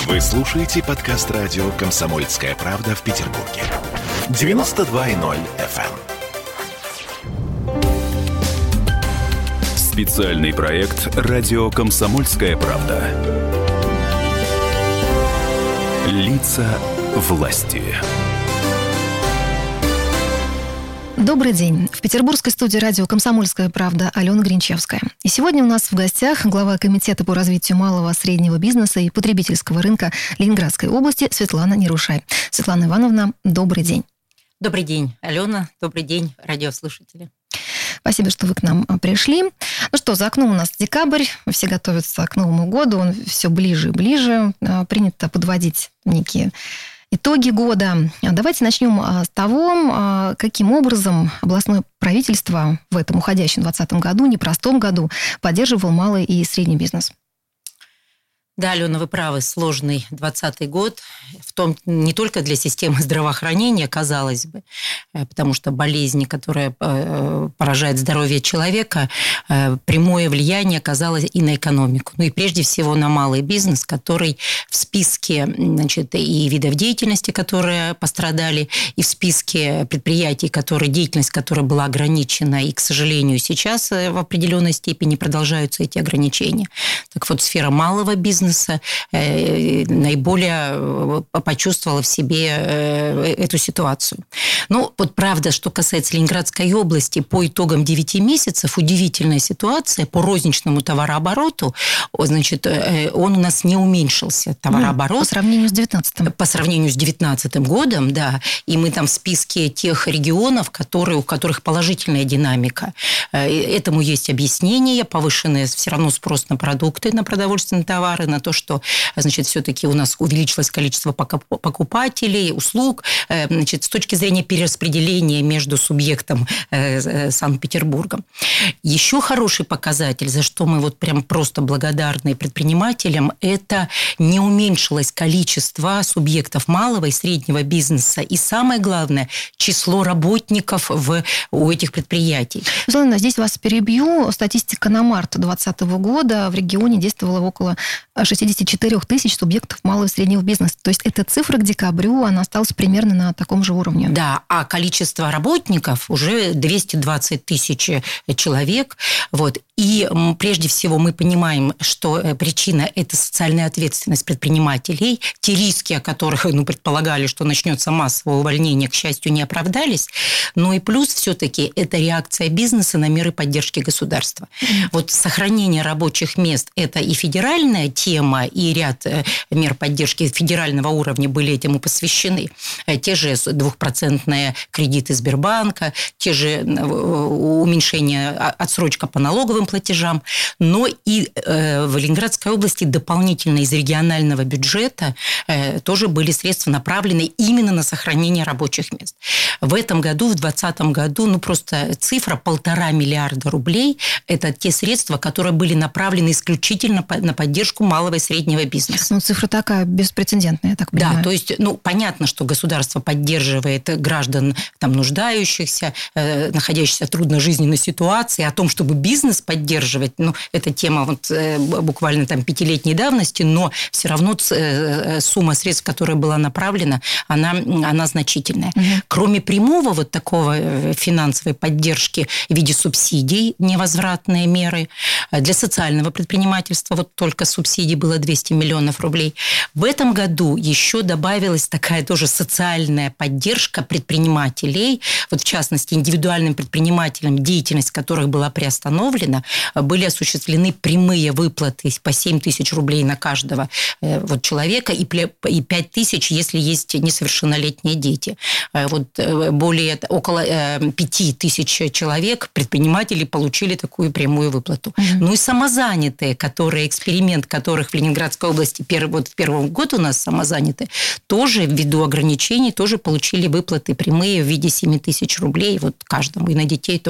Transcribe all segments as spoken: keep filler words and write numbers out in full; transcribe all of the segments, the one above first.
Вы слушаете подкаст радио «Комсомольская правда» в Петербурге. девяносто два и ноль эф эм. Специальный проект «Радио Комсомольская правда». Лица власти. Добрый день. В петербургской студии радио «Комсомольская правда» Алена Гринчевская. И сегодня у нас в гостях глава Комитета по развитию малого и среднего бизнеса и потребительского рынка Ленинградской области Светлана Нерушай. Светлана Ивановна, добрый день. Добрый день, Алена. Добрый день, радиослушатели. Спасибо, что вы к нам пришли. Ну что, за окном у нас декабрь, все готовятся к Новому году, он все ближе и ближе. Принято подводить некие итоги года. Давайте начнем с того, каким образом областное правительство в этом уходящем двадцатом году, непростом году, поддерживал малый и средний бизнес. Да, Алена, вы правы, сложный двадцатый год, в том не только для системы здравоохранения, казалось бы, потому что болезнь, которая поражает здоровье человека, прямое влияние оказалось и на экономику. Ну и прежде всего на малый бизнес, который в списке, значит, и видов деятельности, которые пострадали, и в списке предприятий, которые, деятельность которая была ограничена, и, к сожалению, сейчас в определенной степени продолжаются эти ограничения. Так вот, сфера малого бизнеса наиболее почувствовала в себе эту ситуацию. Ну, вот правда, что касается Ленинградской области, по итогам девяти месяцев удивительная ситуация по розничному товарообороту, значит, он у нас не уменьшился, товарооборот. По сравнению с девятнадцатым. По сравнению с девятнадцатым годом, да. И мы там в списке тех регионов, которые, у которых положительная динамика. Этому есть объяснение, повышенный все равно спрос на продукты, на продовольственные товары, на то, что, значит, все-таки у нас увеличилось количество покупателей, услуг, значит, с точки зрения перераспределения между субъектом Санкт-Петербургом. Еще хороший показатель, за что мы вот прям просто благодарны предпринимателям, это не уменьшилось количество субъектов малого и среднего бизнеса, и самое главное, число работников в, у этих предприятий. Светлана, здесь вас перебью. Статистика на март двадцатого года в регионе действовала около шестьдесят четыре тысячи субъектов малого и среднего бизнеса. То есть эта цифра к декабрю, она осталась примерно на таком же уровне. Да, а количество работников уже двести двадцать тысяч человек. Вот. И прежде всего мы понимаем, что причина – это социальная ответственность предпринимателей. Те риски, о которых, ну, предполагали, что начнется массовое увольнение, к счастью, не оправдались. Но и плюс все-таки это реакция бизнеса на меры поддержки государства. Mm-hmm. Вот сохранение рабочих мест – это и федеральная тема, и ряд мер поддержки федерального уровня были этому посвящены. Те же двухпроцентные кредиты Сбербанка, те же уменьшение, отсрочка по налоговым платежам, но и в Ленинградской области дополнительно из регионального бюджета тоже были средства направлены именно на сохранение рабочих мест. В этом году, в двадцатом году, ну просто цифра полтора миллиарда рублей – это те средства, которые были направлены исключительно на поддержку малого и среднего бизнеса. Ну, цифра такая беспрецедентная, я так понимаю. Да, то есть, ну, понятно, что государство поддерживает граждан там, нуждающихся, э, находящихся в трудножизненной ситуации. О том, чтобы бизнес поддерживать, ну, это тема вот, э, буквально там пятилетней давности, но все равно э, сумма средств, которая была направлена, она, она значительная. Угу. Кроме прямого вот такого финансовой поддержки в виде субсидий, невозвратные меры, для социального предпринимательства вот только субсидий было двести миллионов рублей. В этом году еще добавилась такая тоже социальная поддержка предпринимателей, вот в частности индивидуальным предпринимателям, деятельность которых была приостановлена, были осуществлены прямые выплаты по семь тысяч рублей на каждого вот человека и пять тысяч, если есть несовершеннолетние дети. Вот более около пяти тысяч человек, предпринимателей, получили такую прямую выплату. Mm-hmm. Ну и самозанятые, которые, эксперимент которых в Ленинградской области первый, вот в первом году у нас самозанятые, тоже ввиду ограничений тоже получили выплаты прямые в виде семь тысяч рублей вот каждому, и на детей тоже.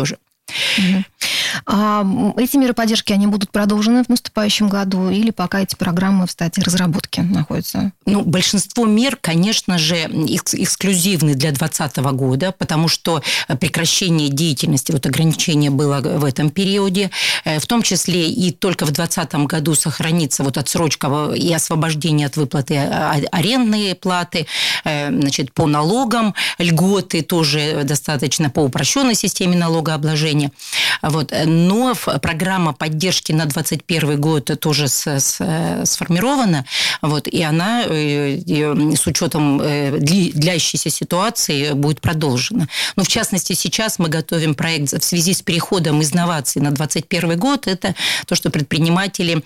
Угу. А эти меры поддержки, они будут продолжены в наступающем году или пока эти программы в стадии разработки находятся? Ну, большинство мер, конечно же, экс- эксклюзивны для двадцатого года, потому что прекращение деятельности, вот ограничение было в этом периоде, в том числе и только в двадцатом году сохранится вот отсрочка и освобождение от выплаты арендной платы, значит, по налогам, льготы тоже достаточно по упрощенной системе налогообложения. Вот. Но программа поддержки на двадцать первый год тоже с, с, сформирована, вот, и она с учетом длящейся ситуации будет продолжена. Но, в частности, сейчас мы готовим проект в связи с переходом из новаций на двадцать первый год. Это то, что предприниматели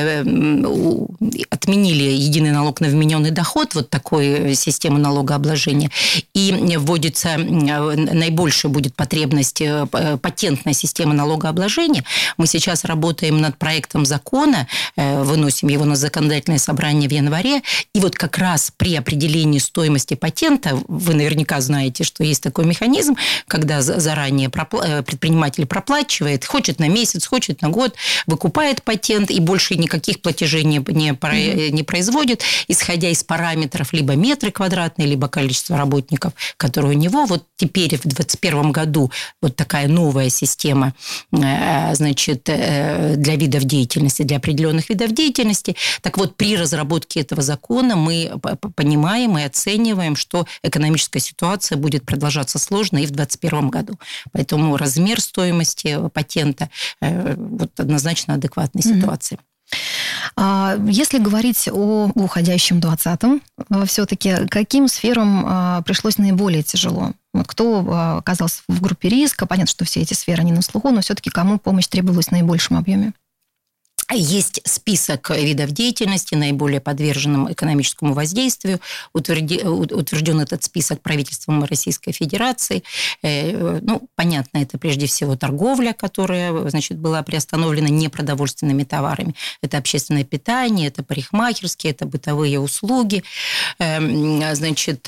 отменили единый налог на вмененный доход, вот такой систему налогообложения, и вводится, наибольшая будет потребность патентной системы налогообложения. Мы сейчас работаем над проектом закона, выносим его на законодательное собрание в январе, и вот как раз при определении стоимости патента, вы наверняка знаете, что есть такой механизм, когда заранее предприниматель проплачивает, хочет на месяц, хочет на год, выкупает патент и больше никаких платежей не, не, mm-hmm. не производит, исходя из параметров либо метры квадратные, либо количество работников, которые у него. Вот теперь в двадцать первом году вот такая новая система, значит, для видов деятельности, для определенных видов деятельности. Так вот, при разработке этого закона мы понимаем и оцениваем, что экономическая ситуация будет продолжаться сложно и в двадцать первом году. Поэтому размер стоимости патента вот, однозначно адекватной mm-hmm. ситуации. Если говорить о уходящем двадцатом, все-таки каким сферам пришлось наиболее тяжело? Вот кто оказался в группе риска? Понятно, что все эти сферы, они на слуху, но все-таки кому помощь требовалась в наибольшем объеме? Есть список видов деятельности, наиболее подверженным экономическому воздействию. Утвержден этот список правительством Российской Федерации. Ну, понятно, это прежде всего торговля, которая, значит, была приостановлена непродовольственными товарами. Это общественное питание, это парикмахерские, это бытовые услуги. Значит,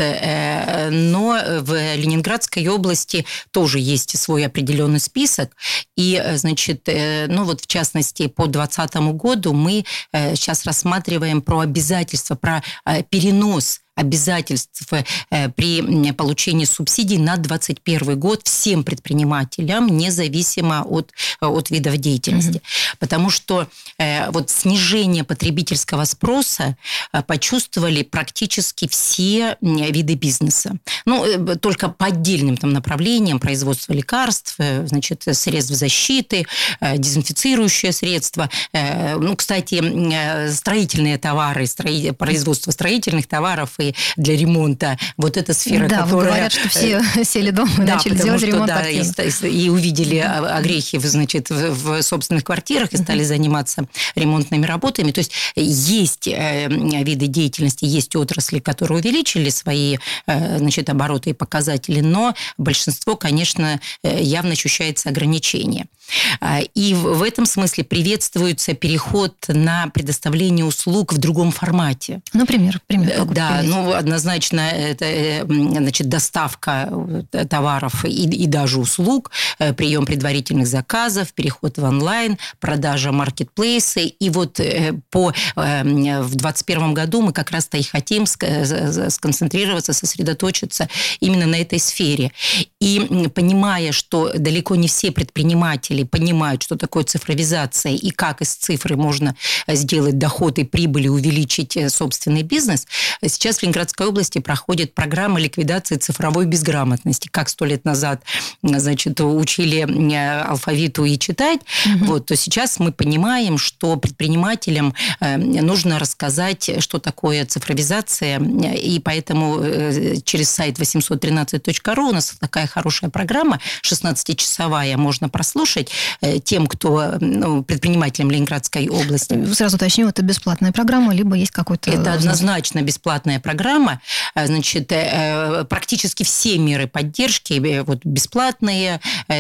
но в Ленинградской области тоже есть свой определенный список. И, значит, ну вот в частности, по двадцатому году мы сейчас рассматриваем про обязательства, про перенос обязательств при получении субсидий на двадцать первый год всем предпринимателям, независимо от, от видов деятельности. Mm-hmm. Потому что вот снижение потребительского спроса почувствовали практически все виды бизнеса. Ну, только по отдельным там направлениям: производство лекарств, значит, средств защиты, дезинфицирующие средства. Ну, кстати, строительные товары, строи... производство строительных товаров и для ремонта. Вот эта сфера, да, которая... Да, говорят, что все сели дома и да, начали делать что, ремонт да, активно. И, и увидели огрехи, значит, в, в собственных квартирах и стали uh-huh. заниматься ремонтными работами. То есть есть виды деятельности, есть отрасли, которые увеличили свои, значит, обороты и показатели, но большинство, конечно, явно ощущается ограничение. И в этом смысле приветствуется переход на предоставление услуг в другом формате. Например, пример. Да, ну, однозначно, это, значит, доставка товаров и, и даже услуг, прием предварительных заказов, переход в онлайн, продажа маркетплейсы. И вот по, в двадцать первом году мы как раз-то и хотим сконцентрироваться, сосредоточиться именно на этой сфере. И понимая, что далеко не все предприниматели понимают, что такое цифровизация и как из цифры можно сделать доход и прибыль, и увеличить собственный бизнес, сейчас в Ленинградской области проходит программа ликвидации цифровой безграмотности. Как сто лет назад, значит, учили алфавиту и читать, угу. вот, то сейчас мы понимаем, что предпринимателям нужно рассказать, что такое цифровизация, и поэтому через сайт восемьсот тринадцать точка ру у нас такая хорошая программа, шестнадцатичасовая, можно прослушать тем, кто, ну, предпринимателям Ленинградской области. Сразу уточню, это бесплатная программа, либо есть какой-то... Это однозначно бесплатная программа. программа, значит, практически все меры поддержки, вот, бесплатные,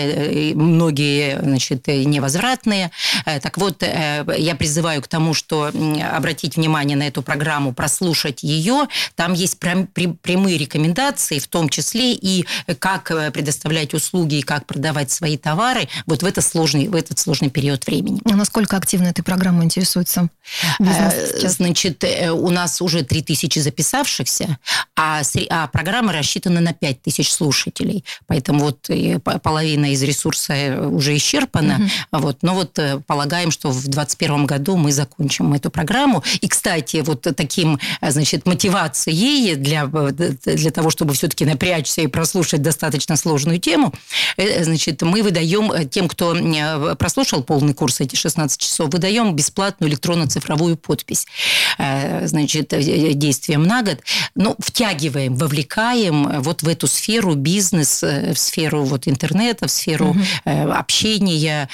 многие, значит, невозвратные. Так вот, я призываю к тому, что обратить внимание на эту программу, прослушать ее. Там есть прямые рекомендации, в том числе и как предоставлять услуги, и как продавать свои товары вот в, это сложный, в этот сложный период времени. А насколько активно этой программой интересуется бизнес сейчас? Значит, у нас уже три тысячи записавшихся, а, а программа рассчитана на пять тысяч слушателей. Поэтому вот половина из ресурса уже исчерпана. Угу. Вот. Но вот полагаем, что в двадцать первом году мы закончим эту программу. И, кстати, вот таким, значит, мотивацией для, для того, чтобы все-таки напрячься и прослушать достаточно сложную тему, значит, мы выдаем тем, кто прослушал полный курс, эти шестнадцать часов, выдаем бесплатную электронно-цифровую подпись, значит, действием на год. Ну, втягиваем, вовлекаем вот в эту сферу бизнес, в сферу вот интернета, в сферу угу. общения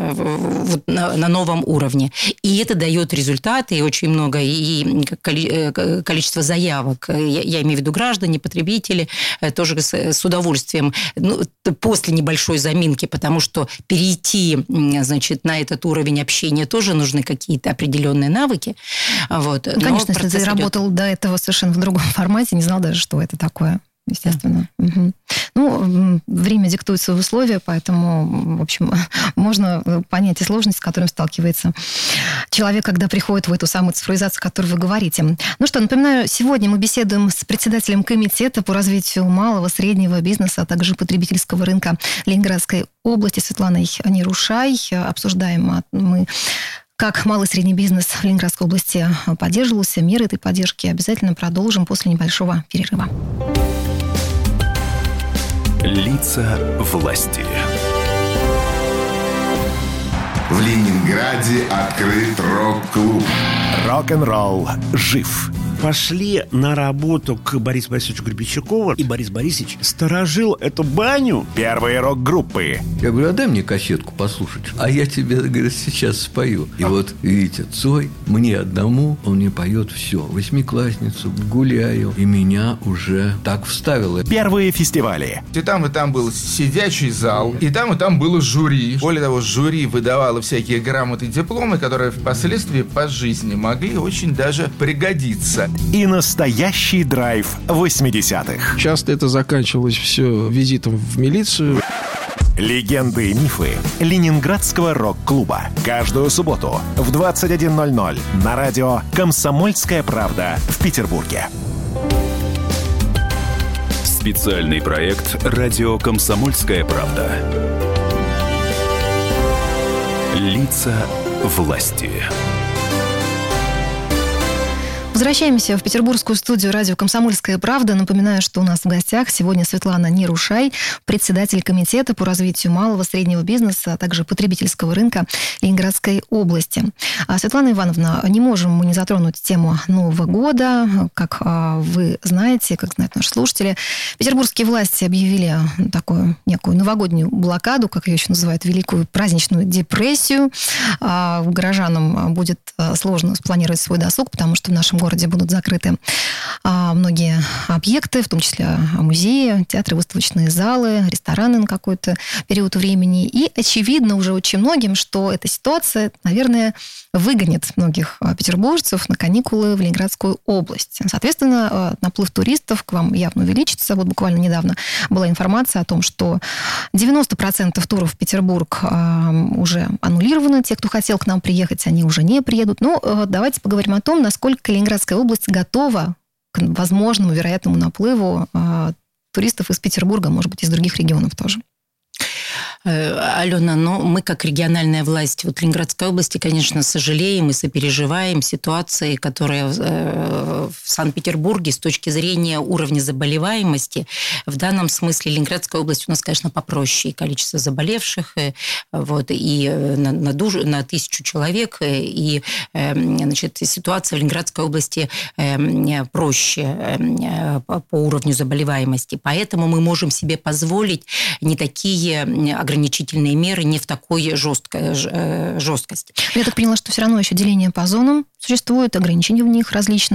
вот на, на новом уровне. И это дает результаты, и очень много, и количество заявок, я, я имею в виду граждане, потребители, тоже с, с удовольствием, ну, после небольшой заминки, потому что перейти, значит, на этот уровень общения тоже нужны какие-то определенные навыки. Вот. Конечно, если ты работал идет... до этого совершенно в другом формате, не знал даже, что это такое. Естественно. Да. Угу. Ну, время диктует свои условия, поэтому, в общем, можно понять и сложности, с которыми сталкивается человек, когда приходит в эту самую цифровизацию, о которой вы говорите. Ну что, напоминаю, сегодня мы беседуем с председателем комитета по развитию малого, среднего бизнеса, а также потребительского рынка Ленинградской области Светланой Нерушай. Обсуждаем мы, как малый и средний бизнес в Ленинградской области поддерживался, меры этой поддержки. Обязательно продолжим после небольшого перерыва. Лица власти. В Ленинграде открыт рок-клуб. Рок-н-ролл жив. Пошли на работу к Борису Борисовичу Гребенщикову, и Борис Борисович сторожил эту баню. Первые рок-группы. Я говорю, а дай мне кассетку послушать. А я тебе, говорит, сейчас спою. И вот, видите, Цой, мне одному, он мне поет все. Восьмиклассницу, гуляю. И меня уже так вставило. Первые фестивали. И там, и там был сидячий зал, и там, и там было жюри. Более того, жюри выдавало всякие грамоты и дипломы, которые впоследствии по жизни могли очень даже пригодиться. И настоящий драйв восьмидесятых. Часто это заканчивалось все визитом в милицию. Легенды и мифы Ленинградского рок-клуба. Каждую субботу в двадцать один ноль ноль на радио «Комсомольская правда» в Петербурге. Специальный проект «Радио Комсомольская правда». Лица власти. Возвращаемся в петербургскую студию радио «Комсомольская правда». Напоминаю, что у нас в гостях сегодня Светлана Нерушай, председатель комитета по развитию малого, среднего бизнеса, а также потребительского рынка Ленинградской области. Светлана Ивановна, не можем мы не затронуть тему Нового года. Как вы знаете, как знают наши слушатели, петербургские власти объявили такую некую новогоднюю блокаду, как ее еще называют, великую праздничную депрессию. Горожанам будет сложно спланировать свой досуг, потому что в нашем городе В городе будут закрыты а, многие объекты, в том числе музеи, театры, выставочные залы, рестораны на какой-то период времени. И очевидно уже очень многим, что эта ситуация, наверное, выгонит многих петербуржцев на каникулы в Ленинградскую область. Соответственно, наплыв туристов к вам явно увеличится. Вот буквально недавно была информация о том, что девяносто процентов туров в Петербург а, уже аннулированы. Те, кто хотел к нам приехать, они уже не приедут. Ну, давайте поговорим о том, насколько Ленинградская область готова к возможному, вероятному наплыву э, туристов из Петербурга, может быть, из других регионов тоже. Алена, но мы как региональная власть вот Ленинградской области, конечно, сожалеем и сопереживаем ситуации, которая в Санкт-Петербурге с точки зрения уровня заболеваемости. В данном смысле Ленинградская область у нас, конечно, попроще. И количество заболевших, вот, и на, на, душ, на тысячу человек, и значит, ситуация в Ленинградской области проще по уровню заболеваемости. Поэтому мы можем себе позволить не такие ограничения, ограничительные меры не в такой жесткой, жесткости. Я так поняла, что все равно еще деление по зонам существует, ограничения в них различные.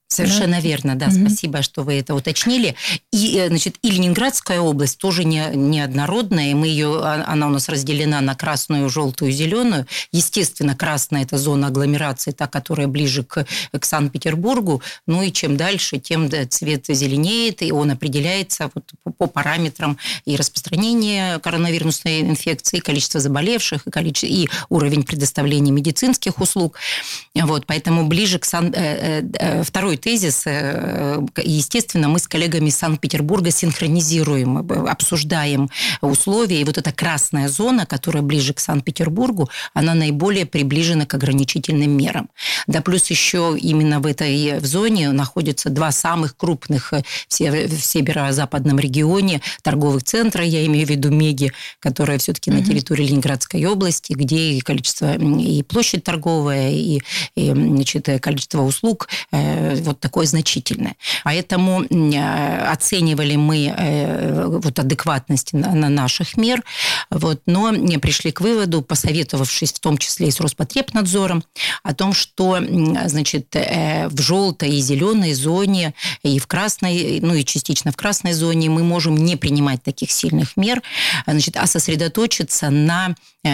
Совершенно да? верно, да, mm-hmm. спасибо, что вы это уточнили. И, значит, и Ленинградская область тоже не, неоднородная, мы ее, она у нас разделена на красную, желтую, зеленую. Естественно, красная – это зона агломерации, та, которая ближе к, к Санкт-Петербургу, ну и чем дальше, тем цвет зеленеет, и он определяется вот по, по параметрам и распространения коронавирусной инфекции, и количество заболевших, и, количество, и уровень предоставления медицинских услуг. Вот, поэтому ближе к Сан... Второй тезис, естественно, мы с коллегами из Санкт-Петербурга синхронизируем, обсуждаем условия, и вот эта красная зона, которая ближе к Санкт-Петербургу, она наиболее приближена к ограничительным мерам. Да, плюс еще именно в этой в зоне находятся два самых крупных в северо-западном регионе торговых центра, я имею в виду Меги, которая все-таки mm-hmm. на территории Ленинградской области, где и количество, и площадь торговая, и, и значит, количество услуг вот такое значительное. Поэтому оценивали мы вот адекватность на наших мер, вот, но пришли к выводу, посоветовавшись в том числе и с Роспотребнадзором, о том, что, значит, в желтой и зеленой зоне, и в красной, ну и частично в красной зоне мы можем не принимать таких сильных мер, значит, а сосредоточиться на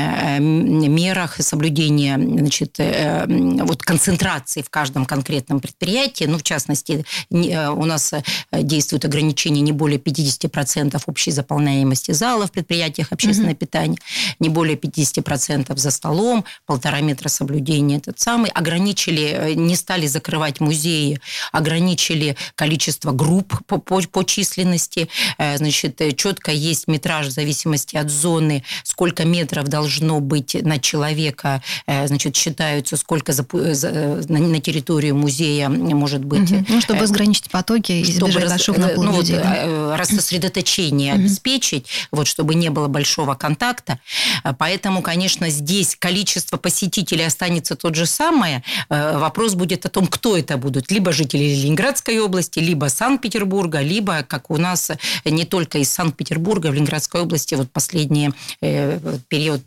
мерах соблюдения, значит, вот концентрации в каждом конкретном предприятии. Ну, в частности, у нас действует ограничение не более пятьдесят процентов общей заполняемости зала в предприятиях общественного mm-hmm. питания, не более пятьдесят процентов за столом, полтора метра соблюдения этот самый. Ограничили, не стали закрывать музеи, ограничили количество групп по, по, по численности. Значит, четко есть метраж в зависимости от зоны, сколько метров должно быть на человека, значит, считаются, сколько за, за, на, на территорию музея может быть. Угу. Ну, чтобы разграничить потоки и избежать большого наплыва ну, людей. Вот, да? Рассосредоточение угу. обеспечить, вот, чтобы не было большого контакта. Поэтому, конечно, здесь количество посетителей останется тот же самое. Вопрос будет о том, кто это будут. Либо жители Ленинградской области, либо Санкт-Петербурга, либо, как у нас, не только из Санкт-Петербурга, в Ленинградской области вот последний период,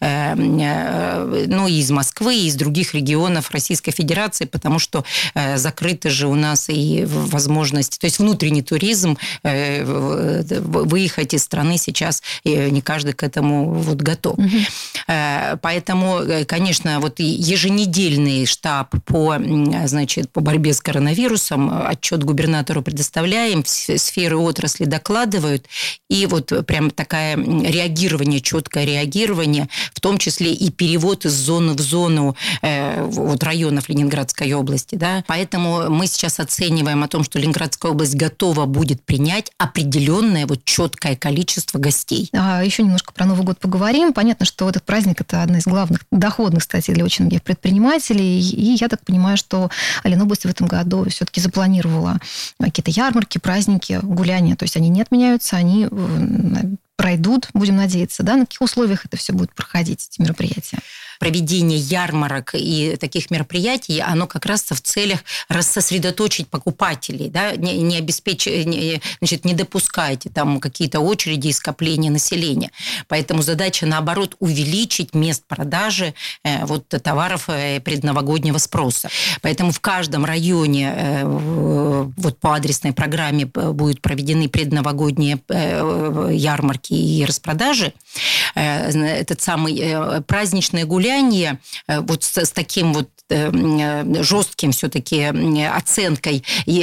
ну, и из Москвы, и из других регионов Российской Федерации, потому что закрыты же у нас и возможность, то есть внутренний туризм, выехать из страны сейчас не каждый к этому вот готов. Угу. Поэтому, конечно, вот еженедельный штаб по, значит, по борьбе с коронавирусом, отчет губернатору предоставляем, сферы отрасли докладывают, и вот прям такое реагирование, четкое реагирование, в том числе и перевод из зоны в зону вот, районов Ленинградской области. Да? Поэтому мы сейчас оцениваем о том, что Ленинградская область готова будет принять определенное вот четкое количество гостей. А еще немножко про Новый год поговорим. Понятно, что этот праздник – это одна из главных доходных статей для очень многих предпринимателей. И я так понимаю, что Ленобласть в этом году все-таки запланировала какие-то ярмарки, праздники, гуляния. То есть они не отменяются, они пройдут, будем надеяться. Да? На каких условиях это все будет проходить, эти мероприятия? Проведение ярмарок и таких мероприятий, оно как раз в целях рассосредоточить покупателей, да, не, не обеспечить, не, значит, не допускайте там какие-то очереди и скопления населения. Поэтому задача, наоборот, увеличить мест продажи э, вот, товаров э, предновогоднего спроса. Поэтому в каждом районе э, вот по адресной программе будут проведены предновогодние э, ярмарки и распродажи. Э, этот самый э, праздничный гуляния вот с, с таким вот жестким все-таки оценкой.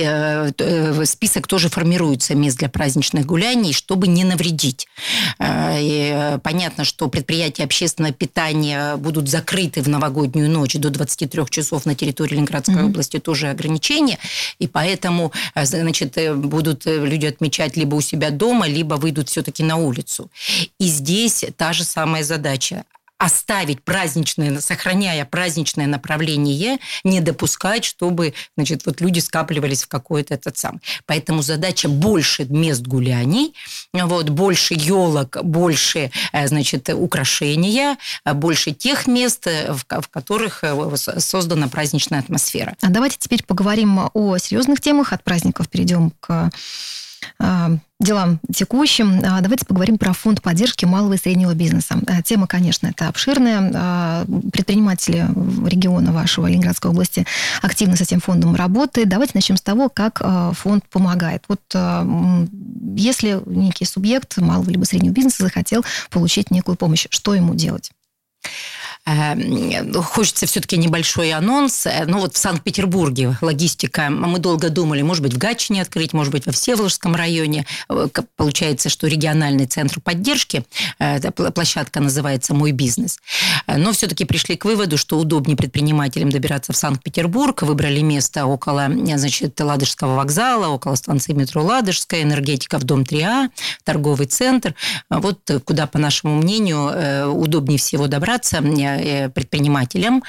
И список тоже формируется мест для праздничных гуляний, чтобы не навредить. И понятно, что предприятия общественного питания будут закрыты в новогоднюю ночь до двадцати трёх часов на территории Ленинградской mm-hmm. области, тоже ограничения. И поэтому, значит, будут люди отмечать либо у себя дома, либо выйдут все-таки на улицу. И здесь та же самая задача. Оставить праздничное, сохраняя праздничное направление, не допускать, чтобы, значит, вот люди скапливались в какой-то этот сам. Поэтому задача больше мест гуляний, вот, больше елок, больше, значит, украшения, больше тех мест, в, в которых создана праздничная атмосфера. А давайте теперь поговорим о серьезных темах. От праздников перейдем к делам текущим. Давайте поговорим про фонд поддержки малого и среднего бизнеса. Тема, конечно, это обширная. Предприниматели региона вашего, Ленинградской области, активно с этим фондом работают. Давайте начнем с того, как фонд помогает. Вот если некий субъект малого либо среднего бизнеса захотел получить некую помощь, что ему делать? Хочется все-таки небольшой анонс. Ну вот в Санкт-Петербурге логистика, мы долго думали, может быть, в Гатчине открыть, может быть, во Всеволожском районе. Получается, что региональный центр поддержки, площадка называется «Мой бизнес». Но все-таки пришли к выводу, что удобнее предпринимателям добираться в Санкт-Петербург. Выбрали место около, значит, Ладожского вокзала, около станции метро Ладожская, энергетика в дом три А, торговый центр. Вот куда, по нашему мнению, удобнее всего добраться предпринимателям.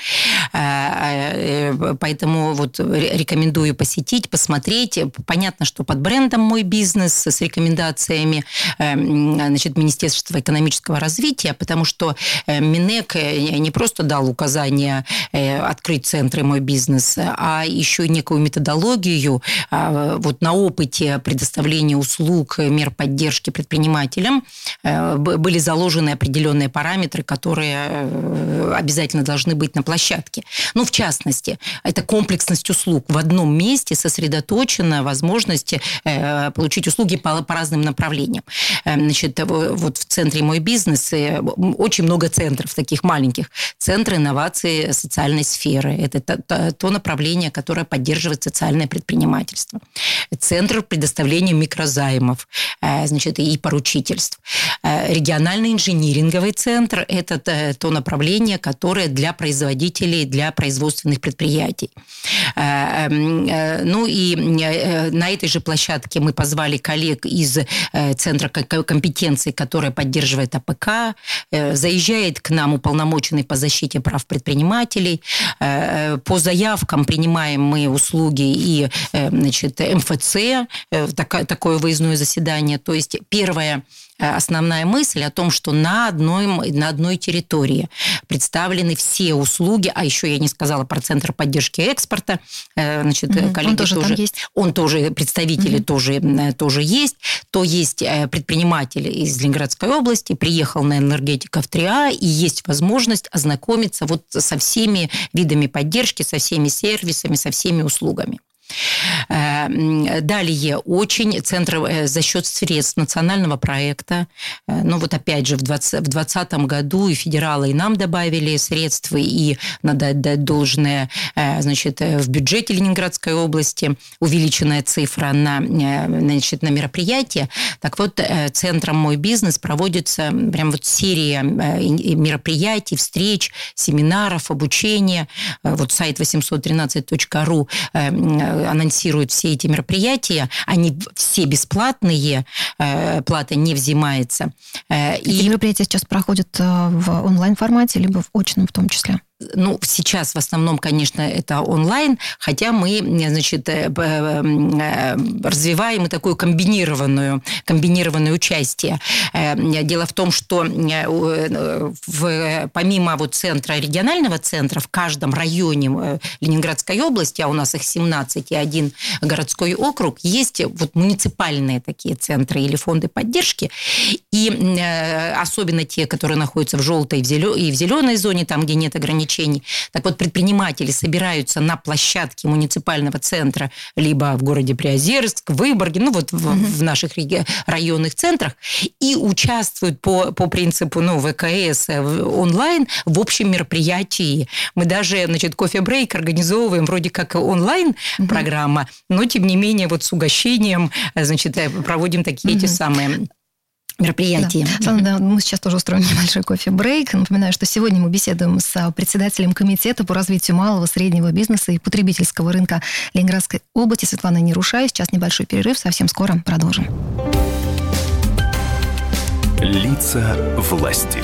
Поэтому вот рекомендую посетить, посмотреть. Понятно, что под брендом «Мой бизнес» с рекомендациями, значит, Министерства экономического развития, потому что Минэк не просто дал указание открыть центры «Мой бизнес», а еще и некую методологию вот на опыте предоставления услуг, мер поддержки предпринимателям были заложены определенные параметры, которые обязательно должны быть на площадке. Ну, в частности, это комплексность услуг. В одном месте сосредоточена возможность получить услуги по, по разным направлениям. Значит, вот в центре «Мой бизнес» очень много центров таких маленьких. Центры инновации социальной сферы. Это то, то направление, которое поддерживает социальное предпринимательство. Центр предоставления микрозаймов, значит, и поручительств. Региональный инжиниринговый центр – это то направление, которое для производителей, для производственных предприятий. Ну и на этой же площадке мы позвали коллег из Центра компетенций, который поддерживает АПК. Заезжает к нам уполномоченный по защите прав предпринимателей. По заявкам принимаем мы услуги и, значит, эм эф цэ, такое выездное заседание. То есть первое, основная мысль о том, что на одной, на одной территории представлены все услуги, а еще я не сказала про Центр поддержки экспорта, значит, mm-hmm. коллеги он тоже, тоже, там есть. Он тоже, представители mm-hmm. тоже, тоже есть, то есть предприниматель из Ленинградской области приехал на энергетика в три А, и есть возможность ознакомиться вот со всеми видами поддержки, со всеми сервисами, со всеми услугами. Далее, очень центр за счет средств национального проекта. Ну вот опять же, в двадцатом году и федералы, и нам добавили средства, и надо отдать должное, значит, в бюджете Ленинградской области увеличенная цифра на, значит, на мероприятия. Так вот, центром «Мой бизнес» проводится прям вот серия мероприятий, встреч, семинаров, обучения. Вот сайт восемьсот тринадцать точка ру анонсируют все эти мероприятия. Они все бесплатные, плата не взимается. Эти и... мероприятия сейчас проходят в онлайн-формате, либо в очном в том числе? Ну, сейчас в основном, конечно, это онлайн, хотя мы, значит, развиваем и такое комбинированную, комбинированное участие. Дело в том, что в, помимо вот центра, регионального центра, в каждом районе Ленинградской области, а у нас их семнадцать и один городской округ, есть вот муниципальные такие центры или фонды поддержки, и особенно те, которые находятся в желтой и в зеленой зоне, там, где нет ограничений. Так вот, предприниматели собираются на площадке муниципального центра либо в городе Приозерск, в Выборге, ну вот в, mm-hmm. в наших районных центрах, и участвуют по, по принципу, ну, вэ ка эс онлайн в общем мероприятии. Мы даже, значит, кофе-брейк организовываем вроде как онлайн-программа, mm-hmm. но, тем не менее, вот с угощением, значит, проводим такие mm-hmm. эти самые... мероприятия. Да. Да, мы сейчас тоже устроим небольшой кофе-брейк. Напоминаю, что сегодня мы беседуем с председателем комитета по развитию малого, среднего бизнеса и потребительского рынка Ленинградской области Светланой Нерушай. Сейчас небольшой перерыв, совсем скоро продолжим. Лица власти.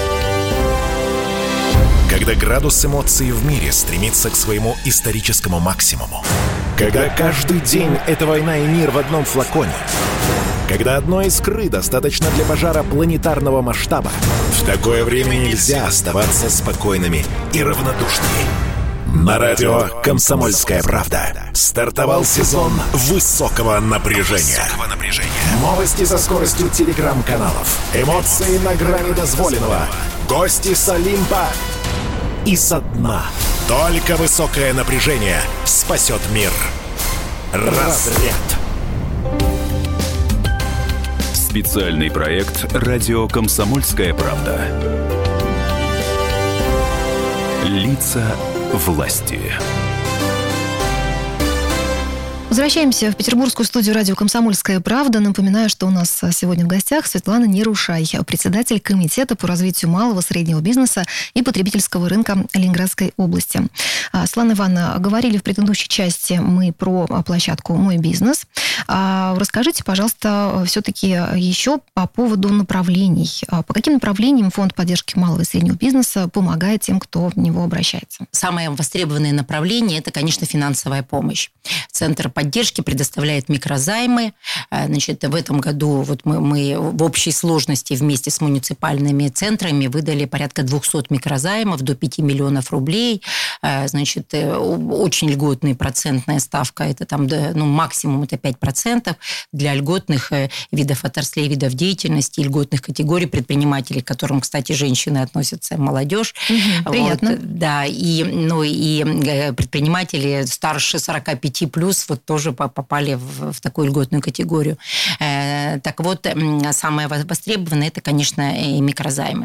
Когда градус эмоций в мире стремится к своему историческому максимуму. Когда каждый день — это война и мир в одном флаконе. Когда одной искры достаточно для пожара планетарного масштаба. В такое время нельзя оставаться спокойными и равнодушными. На радио «Комсомольская правда» стартовал сезон высокого напряжения. Новости со скоростью телеграм-каналов, эмоции на грани дозволенного, гости с Олимпа и со дна. Только высокое напряжение спасет мир. Разряд. Специальный проект «Радио Комсомольская правда». Лица власти. Возвращаемся в петербургскую студию радио «Комсомольская правда». Напоминаю, что у нас сегодня в гостях Светлана Нерушай, председатель Комитета по развитию малого и среднего бизнеса и потребительского рынка Ленинградской области. Светлана Ивановна, говорили в предыдущей части мы про площадку «Мой бизнес». Расскажите, пожалуйста, все-таки еще по поводу направлений. По каким направлениям Фонд поддержки малого и среднего бизнеса помогает тем, кто в него обращается? Самое востребованное направление – это, конечно, финансовая помощь. Центр поддержки предоставляет микрозаймы. Значит, в этом году вот мы, мы в общей сложности вместе с муниципальными центрами выдали порядка двухсот микрозаймов до пяти миллионов рублей. Значит, очень льготная процентная ставка, это там, ну, максимум это пять процентов для льготных видов отраслей, видов деятельности, льготных категорий предпринимателей, к которым, кстати, женщины относятся, молодежь. Угу, приятно. Вот, да, и, ну, и предприниматели старше сорока пяти плюс вот тоже попали в, в такую льготную категорию. Так вот, самое востребованное – это, конечно, микрозаймы.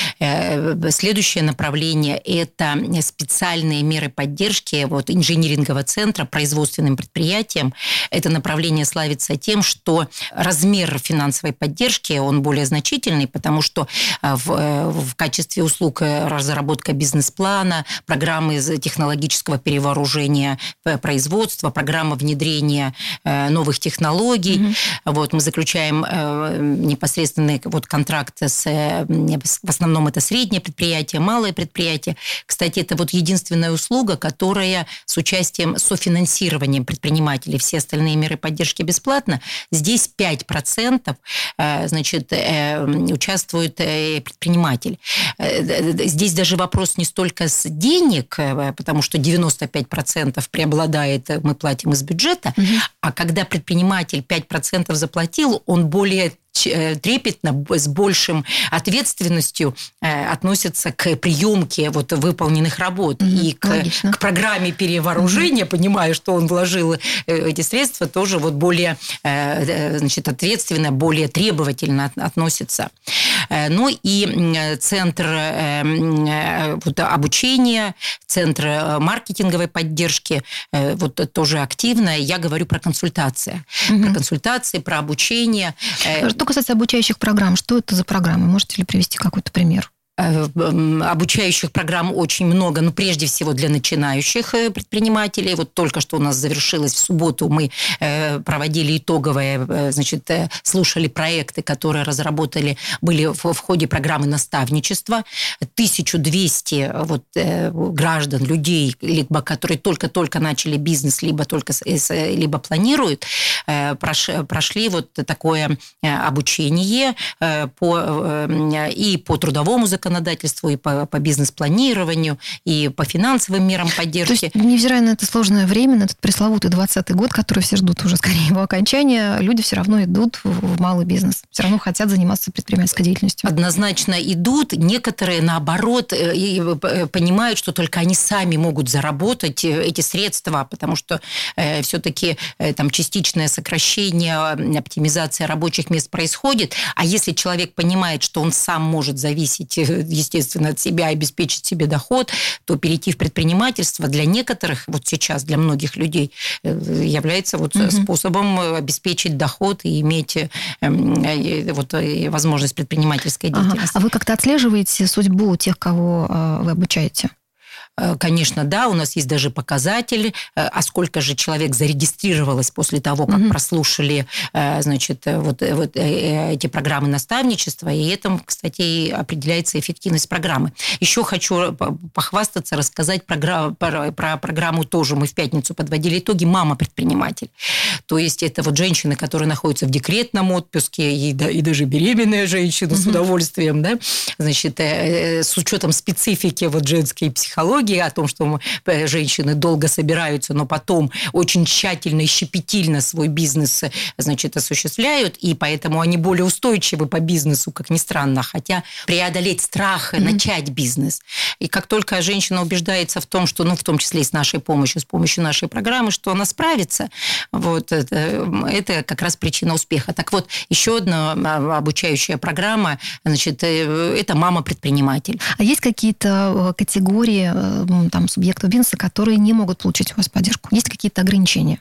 Следующее направление – это специальные меры поддержки вот, инжинирингового центра производственным предприятиям. Это направление славится тем, что размер финансовой поддержки, он более значительный, потому что в, в качестве услуг разработка бизнес-плана, программы технологического перевооружения производства, программа внедрения новых технологий. Mm-hmm. Вот, мы заключаем непосредственный вот, контракт с, в основном это среднее предприятие, малое предприятие. Кстати, это вот единственная услуга, которая с участием софинансирования предпринимателей, все остальные меры поддержки бесплатно. Здесь пять процентов значит, участвует предприниматель. Здесь даже вопрос не столько с денег, потому что девяносто пять процентов преобладает, мы платим из бюджета, угу. А когда предприниматель пять процентов заплатил, он более трепетно, с большим ответственностью относятся к приемке вот выполненных работ mm-hmm. и к, к программе перевооружения, mm-hmm. понимая, что он вложил эти средства, тоже вот более значит, ответственно, более требовательно относится. Ну и центр вот, обучения, центр маркетинговой поддержки вот тоже активно. Я говорю про консультации. Mm-hmm. Про консультации, про обучение. Что касается обучающих программ, что это за программы? Можете ли привести какой-то пример? Обучающих программ очень много, но прежде всего для начинающих предпринимателей. Вот только что у нас завершилось в субботу, мы проводили итоговые, значит, слушали проекты, которые разработали, были в ходе программы наставничества. тысяча двести вот, граждан, людей, либо которые только-только начали бизнес, либо только либо планируют, прошли вот такое обучение по, и по трудовому законодательству, законодательству, и по, по бизнес-планированию, и по финансовым мерам поддержки. То есть, невзирая на это сложное время, на этот пресловутый двадцатый год, который все ждут уже скорее его окончания, люди все равно идут в малый бизнес, все равно хотят заниматься предпринимательской деятельностью. Однозначно идут. Некоторые, наоборот, понимают, что только они сами могут заработать эти средства, потому что все-таки там частичное сокращение, оптимизация рабочих мест происходит. А если человек понимает, что он сам может зависеть, естественно, от себя, обеспечить себе доход, то перейти в предпринимательство для некоторых, вот сейчас для многих людей, является вот угу. способом обеспечить доход и иметь вот возможность предпринимательской деятельности. Ага. А вы как-то отслеживаете судьбу тех, кого вы обучаете? Конечно, да, у нас есть даже показатель, а сколько же человек зарегистрировалось после того, как угу. прослушали, значит, вот, вот эти программы наставничества, и этим, кстати, определяется эффективность программы. Еще хочу похвастаться, рассказать про, про, про программу тоже. Мы в пятницу подводили итоги «Мама-предприниматель». То есть это вот женщины, которые находятся в декретном отпуске, и, да, и даже беременные женщины угу. с удовольствием, да, значит, с учетом специфики вот женской психологии, мифологии о том, что женщины долго собираются, но потом очень тщательно и щепетильно свой бизнес, значит, осуществляют, и поэтому они более устойчивы по бизнесу, как ни странно, хотя преодолеть страх, mm-hmm. начать бизнес. И как только женщина убеждается в том, что, ну, в том числе и с нашей помощью, с помощью нашей программы, что она справится, вот, это, это как раз причина успеха. Так вот, еще одна обучающая программа, значит, это «Мама-предприниматель». А есть какие-то категории там, субъектов бизнеса, которые не могут получить у вас поддержку? Есть какие-то ограничения?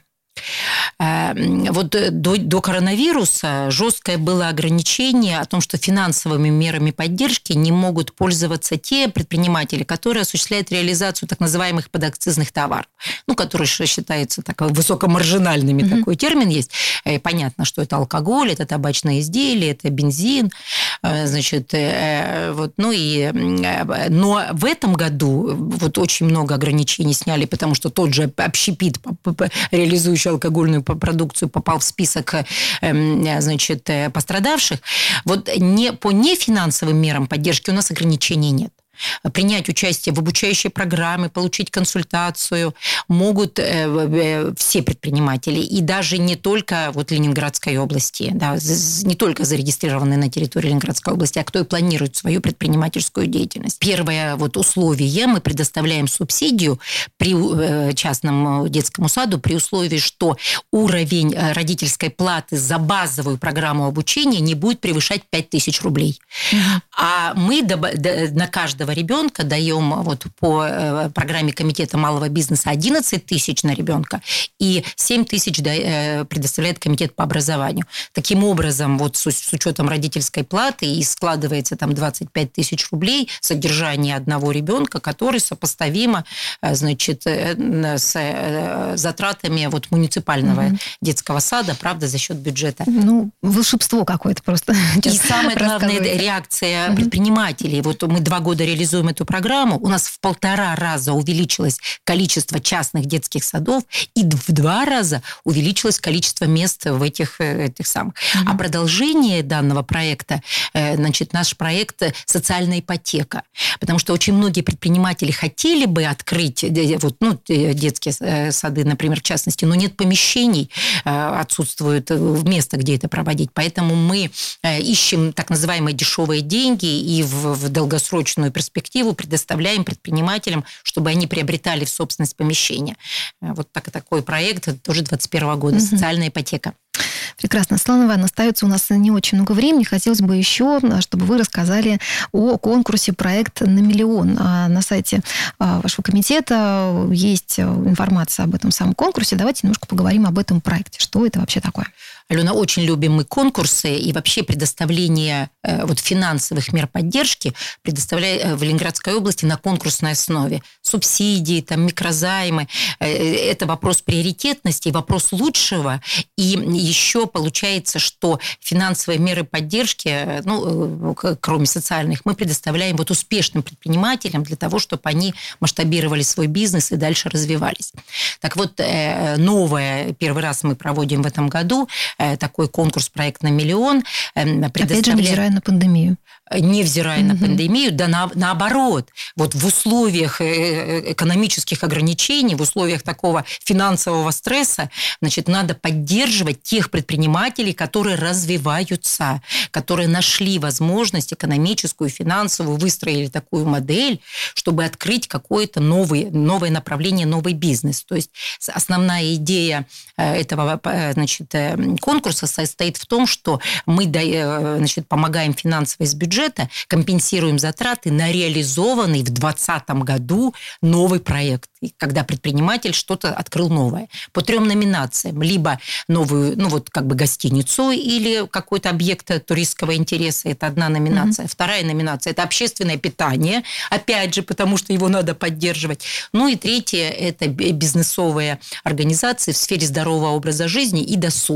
Вот до, до коронавируса жесткое было ограничение о том, что финансовыми мерами поддержки не могут пользоваться те предприниматели, которые осуществляют реализацию так называемых подакцизных товаров, ну, которые считаются так, высокомаржинальными, mm-hmm. такой термин есть. Понятно, что это алкоголь, это табачные изделия, это бензин, значит, вот, ну и... Но в этом году вот очень много ограничений сняли, потому что тот же общепит, реализующий алкогольную продукцию, попал в список, значит, пострадавших. Вот не, по нефинансовым мерам поддержки у нас ограничений нет. Принять участие в обучающей программе, получить консультацию могут все предприниматели, и даже не только вот Ленинградской области, да, не только зарегистрированные на территории Ленинградской области, а кто и планирует свою предпринимательскую деятельность. Первое вот условие: мы предоставляем субсидию при частному детскому саду при условии, что уровень родительской платы за базовую программу обучения не будет превышать пять тысяч рублей. Mm-hmm. А мы на каждого ребенка даем вот по программе Комитета малого бизнеса одиннадцать тысяч на ребенка и семь тысяч предоставляет Комитет по образованию. Таким образом, вот с учетом родительской платы и складывается там двадцать пять тысяч рублей содержание одного ребенка, который сопоставимо, значит, с затратами вот муниципального mm-hmm. детского сада, правда, за счет бюджета. Ну, волшебство какое-то просто. И самое главное, реакция mm-hmm. предпринимателей. Вот мы два года реализуем эту программу, у нас в полтора раза увеличилось количество частных детских садов, и в два раза увеличилось количество мест в этих, этих самых. Mm-hmm. А продолжение данного проекта, значит, наш проект «Социальная ипотека». Потому что очень многие предприниматели хотели бы открыть вот, ну, детские сады, например, в частности, но нет помещений, отсутствует место, где это проводить. Поэтому мы ищем так называемые дешевые деньги и в, в долгосрочную перспективу перспективу предоставляем предпринимателям, чтобы они приобретали в собственность помещения. Вот так, такой проект, тоже двадцать первого года, угу. «Социальная ипотека». Прекрасно. Светлана Ивановна, остается у нас не очень много времени. Хотелось бы еще, чтобы вы рассказали о конкурсе «Проект на миллион». На сайте вашего комитета есть информация об этом самом конкурсе. Давайте немножко поговорим об этом проекте. Что это вообще такое? Алена, очень любим мы конкурсы, и вообще предоставление вот, финансовых мер поддержки предоставляем в Ленинградской области на конкурсной основе. Субсидии, там, микрозаймы. Это вопрос приоритетности, вопрос лучшего. И еще получается, что финансовые меры поддержки, ну, кроме социальных, мы предоставляем вот успешным предпринимателям для того, чтобы они масштабировали свой бизнес и дальше развивались. Так вот, новое, первый раз мы проводим в этом году, такой конкурс «Проект на миллион». Опять же, невзирая на пандемию. Невзирая угу. на пандемию, да на, наоборот. Вот в условиях экономических ограничений, в условиях такого финансового стресса, значит, надо поддерживать тех предпринимателей, которые развиваются, которые нашли возможность экономическую, финансовую, выстроили такую модель, чтобы открыть какое-то новое, новое направление, новый бизнес. То есть основная идея этого, значит, конкурса состоит в том, что мы, значит, помогаем финансово из бюджета, компенсируем затраты на реализованный в двадцатом году новый проект, когда предприниматель что-то открыл новое. По трем номинациям. Либо новую, ну вот как бы гостиницу или какой-то объект туристского интереса. Это одна номинация. Mm-hmm. Вторая номинация – это общественное питание. Опять же, потому что его надо поддерживать. Ну и третье – это бизнесовые организации в сфере здорового образа жизни и досуга.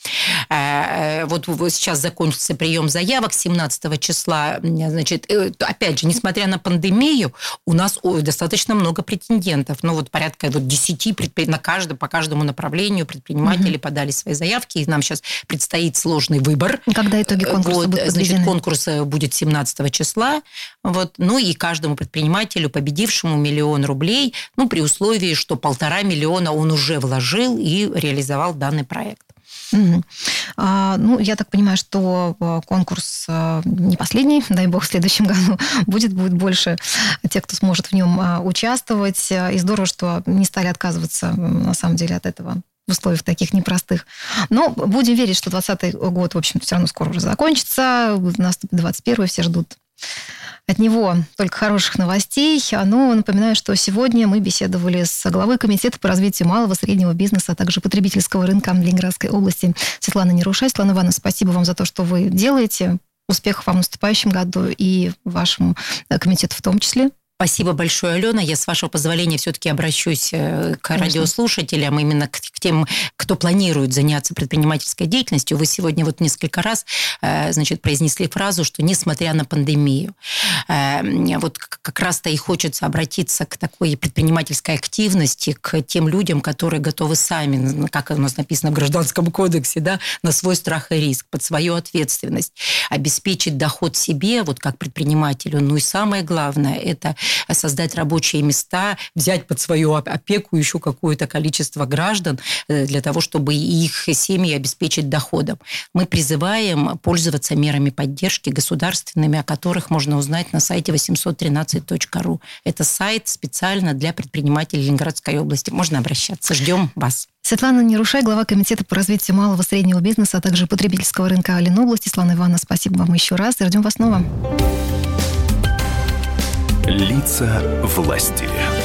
Вот сейчас закончился прием заявок семнадцатого числа. Значит, опять же, несмотря на пандемию, у нас достаточно много претендентов. Ну, вот порядка вот десяти предпри... на каждом, по каждому направлению предприниматели угу. подали свои заявки, и нам сейчас предстоит сложный выбор. Когда итоги конкурса вот, будут значит, подведены? Конкурс будет семнадцатого числа. Вот, ну, и каждому предпринимателю, победившему, миллион рублей, ну, при условии, что полтора миллиона он уже вложил и реализовал данный проект. Угу. А, ну, я так понимаю, что конкурс не последний, дай бог, в следующем году будет, будет больше тех, кто сможет в нем участвовать. И здорово, что не стали отказываться, на самом деле, от этого в условиях таких непростых. Но будем верить, что двадцатый год, в общем, все равно скоро уже закончится. Наступит двадцать первый, все ждут от него только хороших новостей. Ну, напоминаю, что сегодня мы беседовали с главой Комитета по развитию малого и среднего бизнеса, а также потребительского рынка Ленинградской области Светланой Нерушай. Светлана Ивановна, спасибо вам за то, что вы делаете. Успехов вам в наступающем году и вашему комитету в том числе. Спасибо большое, Алена. Я, с вашего позволения, все-таки обращусь к Конечно. радиослушателям, именно к тем, кто планирует заняться предпринимательской деятельностью. Вы сегодня вот несколько раз, значит, произнесли фразу, что несмотря на пандемию, вот как раз-то и хочется обратиться к такой предпринимательской активности, к тем людям, которые готовы сами, как у нас написано в Гражданском кодексе, да, на свой страх и риск, под свою ответственность, обеспечить доход себе, вот как предпринимателю. Ну и самое главное, это создать рабочие места, взять под свою опеку еще какое-то количество граждан для того, чтобы их семьи обеспечить доходом. Мы призываем пользоваться мерами поддержки государственными, о которых можно узнать на сайте восемьсот тринадцать точка ру. Это сайт специально для предпринимателей Ленинградской области. Можно обращаться. Ждем вас. Светлана Нерушай, глава Комитета по развитию малого и среднего бизнеса, а также потребительского рынка Ленобласти. Светлана Ивановна, спасибо вам еще раз и ждем вас снова. Лица власти.